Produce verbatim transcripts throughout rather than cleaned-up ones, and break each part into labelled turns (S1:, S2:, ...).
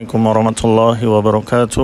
S1: Assalamualaikum warahmatullahi wabarakatuh.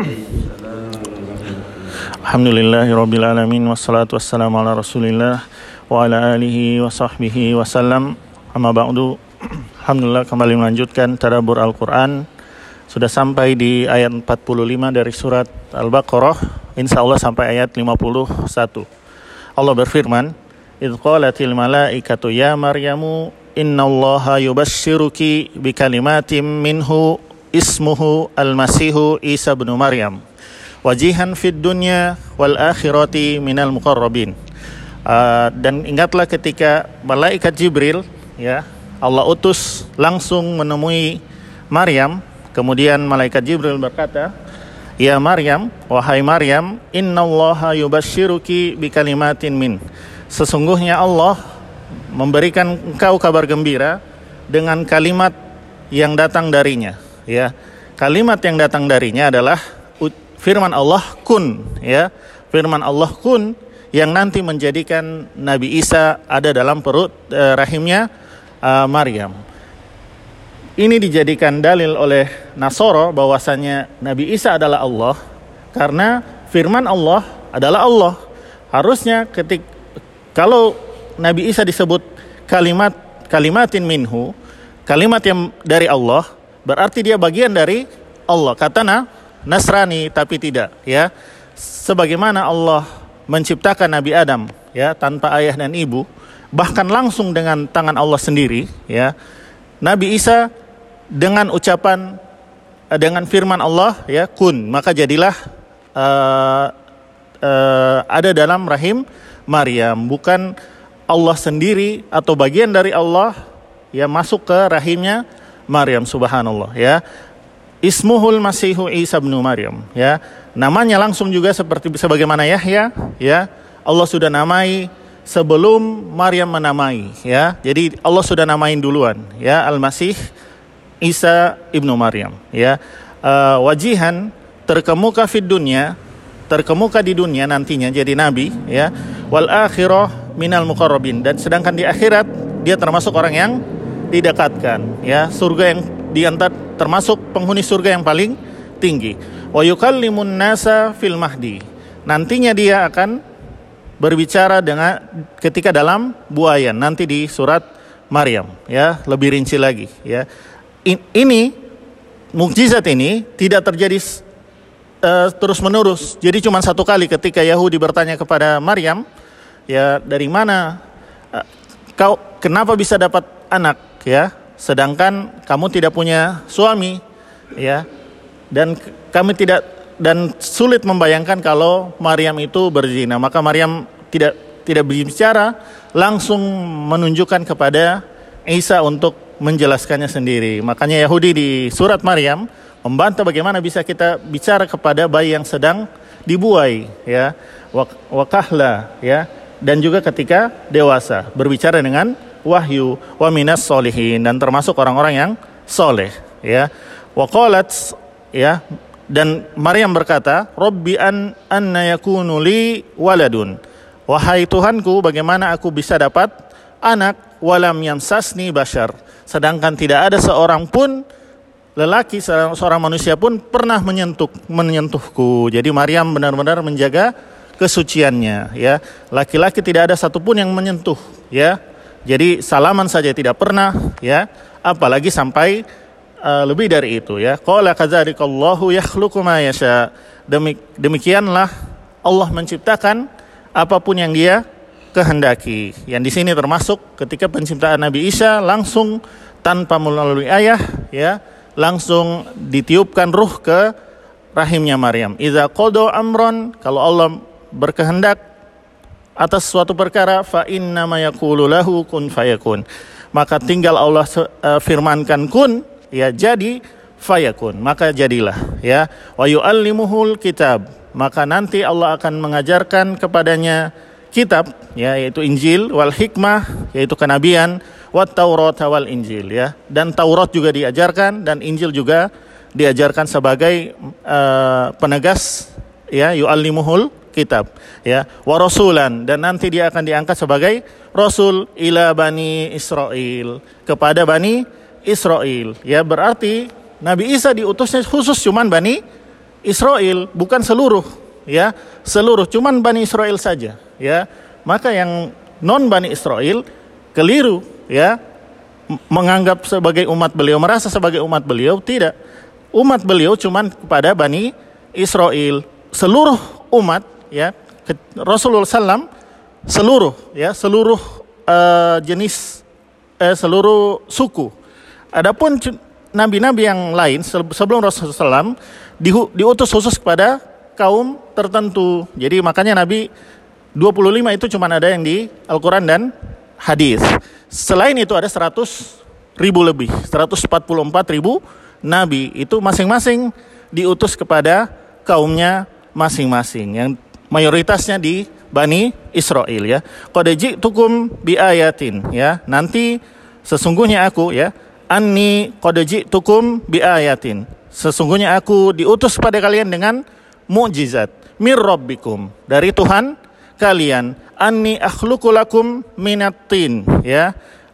S1: Alhamdulillahirabbil alamin wassalatu wassalamu ala Rasulillah wa ala alihi wa sahbihi wasallam. Amma ba'du. Alhamdulillah, kembali melanjutkan tadabbur Al-Qur'an. Sudah sampai di ayat empat puluh lima dari surat Al-Baqarah. Insyaallah sampai ayat lima puluh satu. Allah berfirman, "Idz qalatil malaikatu ya Maryamu innallaha yubasyshiruki bikalimatin minhu ismuhu al-masihu Isa bin Maryam wajihan fid dunya wal akhirati minal muqarrabin." Uh, dan ingatlah ketika malaikat Jibril, ya, Allah utus langsung menemui Maryam. Kemudian malaikat Jibril berkata, "Ya Maryam, wahai Maryam, innallaha yubasyshiruki bikalimatin min." Sesungguhnya Allah memberikan engkau kabar gembira dengan kalimat yang datang darinya. Ya, kalimat yang datang darinya adalah firman Allah kun, ya, firman Allah kun yang nanti menjadikan Nabi Isa ada dalam perut eh, rahimnya uh, Maryam. Ini dijadikan dalil oleh Nasara bahwasanya Nabi Isa adalah Allah karena firman Allah adalah Allah. Harusnya ketik kalau Nabi Isa disebut kalimat kalimatin minhu, kalimat yang dari Allah, berarti dia bagian dari Allah. Katana Nasrani, tapi tidak, ya. Sebagaimana Allah menciptakan Nabi Adam, ya, tanpa ayah dan ibu, bahkan langsung dengan tangan Allah sendiri, ya. Nabi Isa dengan ucapan dengan firman Allah, ya, kun, maka jadilah uh, uh, ada dalam rahim Maryam, bukan Allah sendiri atau bagian dari Allah, ya, masuk ke rahimnya Maryam, subhanallah, ya. Ismuhul Masihu Isa bin Maryam, ya. Namanya langsung juga seperti sebagaimana Yahya, ya. Allah sudah namai sebelum Maryam menamai, ya. Jadi Allah sudah namain duluan, ya, Al-Masih Isa ibnu Maryam, ya. Uh, wajihan, terkemuka fid dunya, terkemuka di dunia nantinya jadi nabi, ya. Wal akhirah minal muqarrabin, dan sedangkan di akhirat dia termasuk orang yang didekatkan, ya, surga yang diantar, termasuk penghuni surga yang paling tinggi. Wa yukallimun nasa fil mahdi, nantinya dia akan berbicara dengan ketika dalam buayan, nanti di surat Maryam, ya, lebih rinci lagi, ya. Ini mukjizat ini tidak terjadi uh, terus menerus. Jadi cuma satu kali ketika Yahudi bertanya kepada Maryam, ya, dari mana uh, kau kenapa bisa dapat anak, ya, sedangkan kamu tidak punya suami, ya, dan kami tidak dan sulit membayangkan kalau Maryam itu berzina. Maka Maryam tidak tidak berbicara, langsung menunjukkan kepada Isa untuk menjelaskannya sendiri. Makanya Yahudi di surat Maryam membantah bagaimana bisa kita bicara kepada bayi yang sedang dibuai, ya, wakahla, ya, dan juga ketika dewasa berbicara dengan wahyu, wa minas solihin, dan termasuk orang-orang yang soleh, ya. Waqalat, ya, dan Maryam berkata, Rabbi an anna yakunu li waladun, wahai Tuhanku, bagaimana aku bisa dapat anak, walam yamsasni bashar, sedangkan tidak ada seorang pun lelaki, seorang, seorang manusia pun pernah menyentuh menyentuhku. Jadi Maryam benar-benar menjaga kesuciannya, ya. Laki-laki tidak ada satupun yang menyentuh, ya. Jadi salaman saja tidak pernah, ya, apalagi sampai uh, lebih dari itu, ya. Qala kadzalikallahu yakhluqu ma yasha. Demik, demikianlah Allah menciptakan apapun yang Dia kehendaki. Yang di sini termasuk ketika penciptaan Nabi Isa langsung tanpa melalui ayah, ya, langsung ditiupkan ruh ke rahimnya Maryam. Idza qada amran, kalau Allah berkehendak atas suatu perkara, fa inna ma yaqulu lahu kun fayakun, maka tinggal Allah uh, firmankan kun, ya, jadi fayakun, maka jadilah, ya. Wa yu'allimuhul kitab, maka nanti Allah akan mengajarkan kepadanya kitab, ya, yaitu Injil, wal hikmah, yaitu kenabian, wat Taurat wal Injil, ya, dan Taurat juga diajarkan dan Injil juga diajarkan sebagai uh, penegas, ya, yu'allimuhul kitab, ya, wa rasulan, dan nanti dia akan diangkat sebagai rasul ila bani Israel, kepada bani Israel, ya, berarti Nabi Isa diutusnya khusus cuman Bani Israel, bukan seluruh, ya, seluruh cuman Bani Israel saja, ya. Maka yang non Bani Israel keliru, ya, menganggap sebagai umat beliau, merasa sebagai umat beliau. Tidak, umat beliau cuman kepada Bani Israel. Seluruh umat, ya, Rasulullah sallam seluruh, ya, seluruh uh, jenis, uh, seluruh suku. Adapun nabi-nabi yang lain sebelum Rasulullah sallam di, diutus khusus kepada kaum tertentu. Jadi makanya Nabi dua puluh lima itu cuma ada yang di Al-Quran dan hadis. Selain itu ada seratus ribu lebih, seratus empat puluh empat ribu nabi. Itu masing-masing diutus kepada kaumnya masing-masing, yang mayoritasnya di Bani Israel, ya. Qad ji'tukum bi ayatin, ya. Nanti sesungguhnya aku, ya, anni qad ji'tukum bi ayatin. Sesungguhnya aku diutus pada kalian dengan mukjizat mir rabbikum, dari Tuhan kalian. Anni akhluqu lakum minat tin, ya.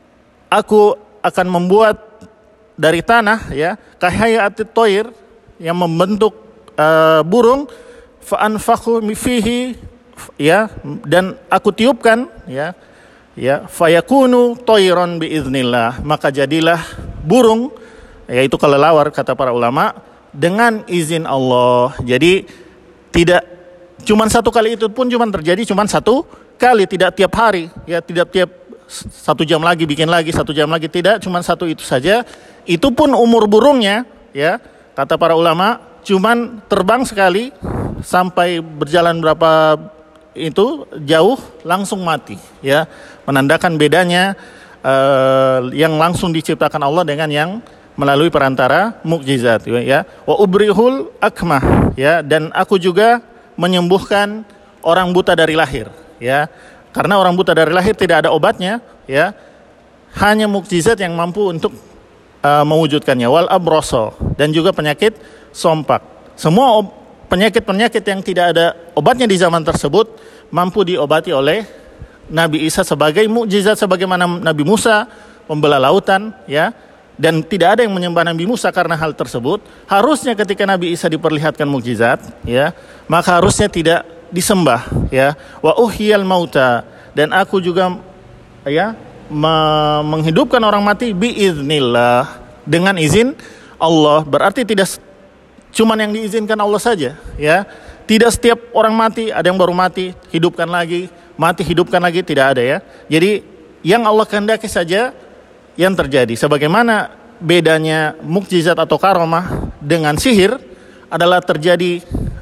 S1: Aku akan membuat dari tanah, ya, kahayatit toir, yang membentuk uh, burung, fa anfakhu fihi, ya, dan aku tiupkan, ya, ya, fayakunu toiron biiznillah, maka jadilah burung, yaitu kelelawar kata para ulama, dengan izin Allah. Jadi tidak cuman satu kali, itu pun cuman terjadi cuman satu kali, tidak tiap hari, ya, tidak tiap satu jam lagi bikin lagi, satu jam lagi, tidak, cuman satu itu saja. Itu pun umur burungnya, ya, kata para ulama, cuman terbang sekali sampai berjalan berapa itu jauh langsung mati, ya, menandakan bedanya uh, yang langsung diciptakan Allah dengan yang melalui perantara mukjizat, ya. Wa ubrihul akmah, ya, dan aku juga menyembuhkan orang buta dari lahir, ya, karena orang buta dari lahir tidak ada obatnya, ya, hanya mukjizat yang mampu untuk uh, mewujudkannya. Wal abroso, dan juga penyakit sompak. Semua ob- penyakit-penyakit yang tidak ada obatnya di zaman tersebut mampu diobati oleh Nabi Isa sebagai mukjizat, sebagaimana Nabi Musa membelah lautan, ya. Dan tidak ada yang menyembah Nabi Musa karena hal tersebut. Harusnya ketika Nabi Isa diperlihatkan mukjizat, ya, maka harusnya tidak disembah, ya. Wa uhyiyal mauta, dan aku juga, ya, me- menghidupkan orang mati biiznillah, dengan izin Allah. Berarti tidak cuman yang diizinkan Allah saja, ya. Tidak setiap orang mati, ada yang baru mati, hidupkan lagi, mati, hidupkan lagi, tidak ada, ya. Jadi yang Allah kehendaki saja yang terjadi. Sebagaimana bedanya mukjizat atau karomah dengan sihir adalah terjadi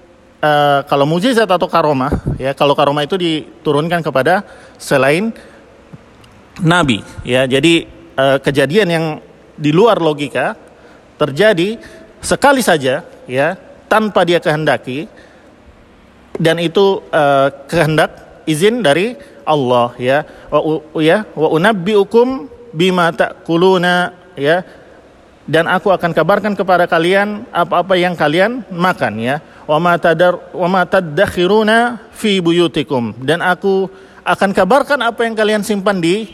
S1: uh, kalau mukjizat atau karomah, ya, kalau karomah itu diturunkan kepada selain nabi, ya. Jadi uh, kejadian yang di luar logika terjadi sekali saja, ya, tanpa dia kehendaki, dan itu uh, kehendak izin dari Allah, ya. Wa, ya, wa unabbiukum bima ta'kuluna, ya, dan aku akan kabarkan kepada kalian apa-apa yang kalian makan, ya. Wa ma tadar wa ma tadakhiruna fi buyutikum, dan aku akan kabarkan apa yang kalian simpan di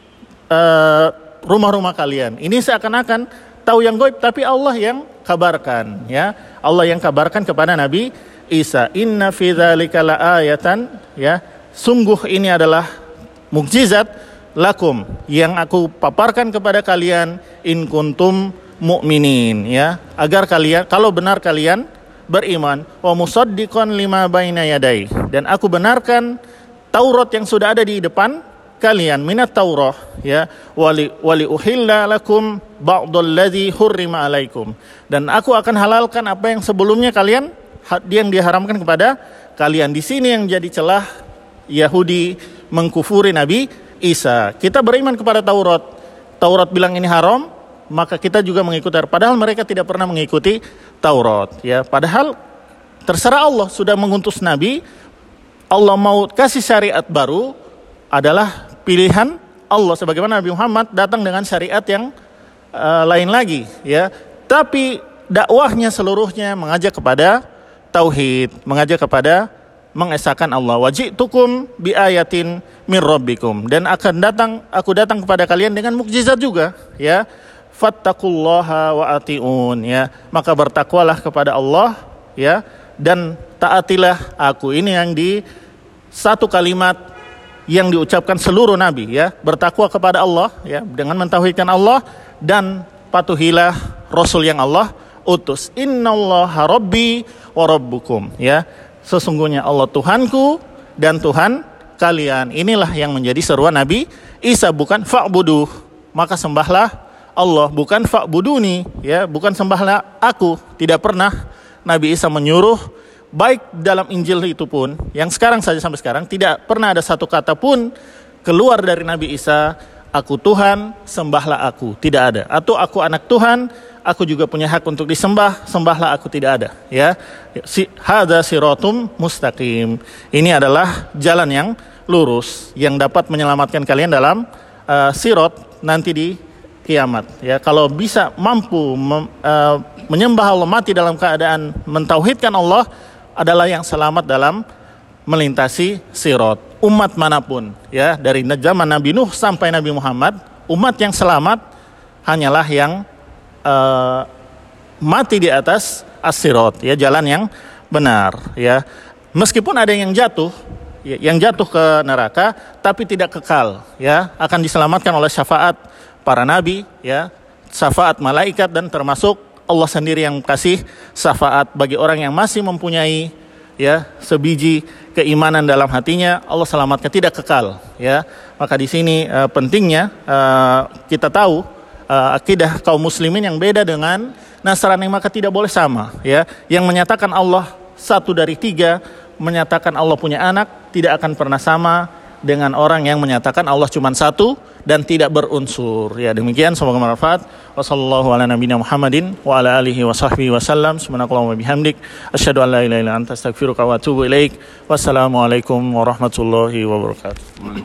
S1: uh, rumah-rumah kalian. Ini seakan-akan tahu yang gaib, tapi Allah yang kabarkan, ya. Allah yang kabarkan kepada Nabi Isa. Inna fi dzalika laayatan, ya, sungguh ini adalah mukjizat lakum, yang aku paparkan kepada kalian, in kuntum mu'minin, ya, agar kalian, kalau benar kalian beriman. Wa musaddiqan lima baina yadai, dan aku benarkan Taurat yang sudah ada di depan kalian, minat Taurah, ya. Wali wali uhilla lakum ba'dal ladzi hurrima alaikum, dan aku akan halalkan apa yang sebelumnya kalian, yang diharamkan kepada kalian. Di sini yang jadi celah Yahudi mengkufuri Nabi Isa. Kita beriman kepada Taurat. Taurat bilang ini haram, maka kita juga mengikuti. Padahal mereka tidak pernah mengikuti Taurat, ya. Padahal terserah Allah sudah mengutus Nabi. Allah mau kasih syariat baru adalah pilihan Allah. Sebagaimana Nabi Muhammad datang dengan syariat yang uh, lain lagi, ya. Tapi dakwahnya seluruhnya mengajak kepada tauhid, mengajak kepada mengesahkan Allah. Wajitukum bi ayatin mir rabbikum, dan akan datang aku datang kepada kalian dengan mukjizat juga, ya. fattaqullaha wa atiun, ya. Maka bertakwalah kepada Allah, ya, dan taatilah aku. Ini yang di satu kalimat yang diucapkan seluruh nabi, ya. Bertakwa kepada Allah, ya, dengan mentauhidkan Allah, dan patuhilah rasul yang Allah utus. Innallaha rabbi wa rabbukum, ya. Sesungguhnya Allah Tuhanku dan Tuhan kalian. Inilah yang menjadi seruan Nabi Isa, bukan fa'buduh, maka sembahlah Allah, bukan fa'buduni, ya, bukan sembahlah aku. Tidak pernah Nabi Isa menyuruh, baik dalam Injil itu pun, yang sekarang saja sampai sekarang tidak pernah ada satu kata pun keluar dari Nabi Isa, aku Tuhan, sembahlah aku. Tidak ada. Atau aku anak Tuhan, aku juga punya hak untuk disembah, sembahlah aku. Tidak ada, ya. Si hadza siratum mustaqim. Ini adalah jalan yang lurus yang dapat menyelamatkan kalian dalam uh, sirat nanti di kiamat, ya. Kalau bisa mampu mem, uh, menyembah Allah, mati dalam keadaan mentauhidkan Allah, adalah yang selamat dalam melintasi sirat. Umat manapun, ya, dari zaman Nabi Nuh sampai Nabi Muhammad, umat yang selamat hanyalah yang uh, mati di atas as-sirat, ya, jalan yang benar, ya. Meskipun ada yang jatuh, ya, yang jatuh ke neraka, tapi tidak kekal, ya, akan diselamatkan oleh syafaat para nabi, ya, syafaat malaikat, dan termasuk Allah sendiri yang kasih syafaat bagi orang yang masih mempunyai, ya, sebiji keimanan dalam hatinya. Allah selamatkan, tidak kekal, ya. Maka di sini uh, pentingnya uh, kita tahu uh, akidah kaum muslimin yang beda dengan Nasrani, maka tidak boleh sama, ya. Yang menyatakan Allah satu dari tiga, menyatakan Allah punya anak, tidak akan pernah sama dengan orang yang menyatakan Allah cuma satu dan tidak berunsur. Ya, demikian, semoga bermanfaat. Wassallallahu ala nabiyina Muhammadin wa ala alihi wa sahbihi wasallam. Subhanakallahumma bihamdik asyhadu an la ilaha illa anta astaghfiruka wa atubu ilaik. Wassalamualaikum warahmatullahi wabarakatuh.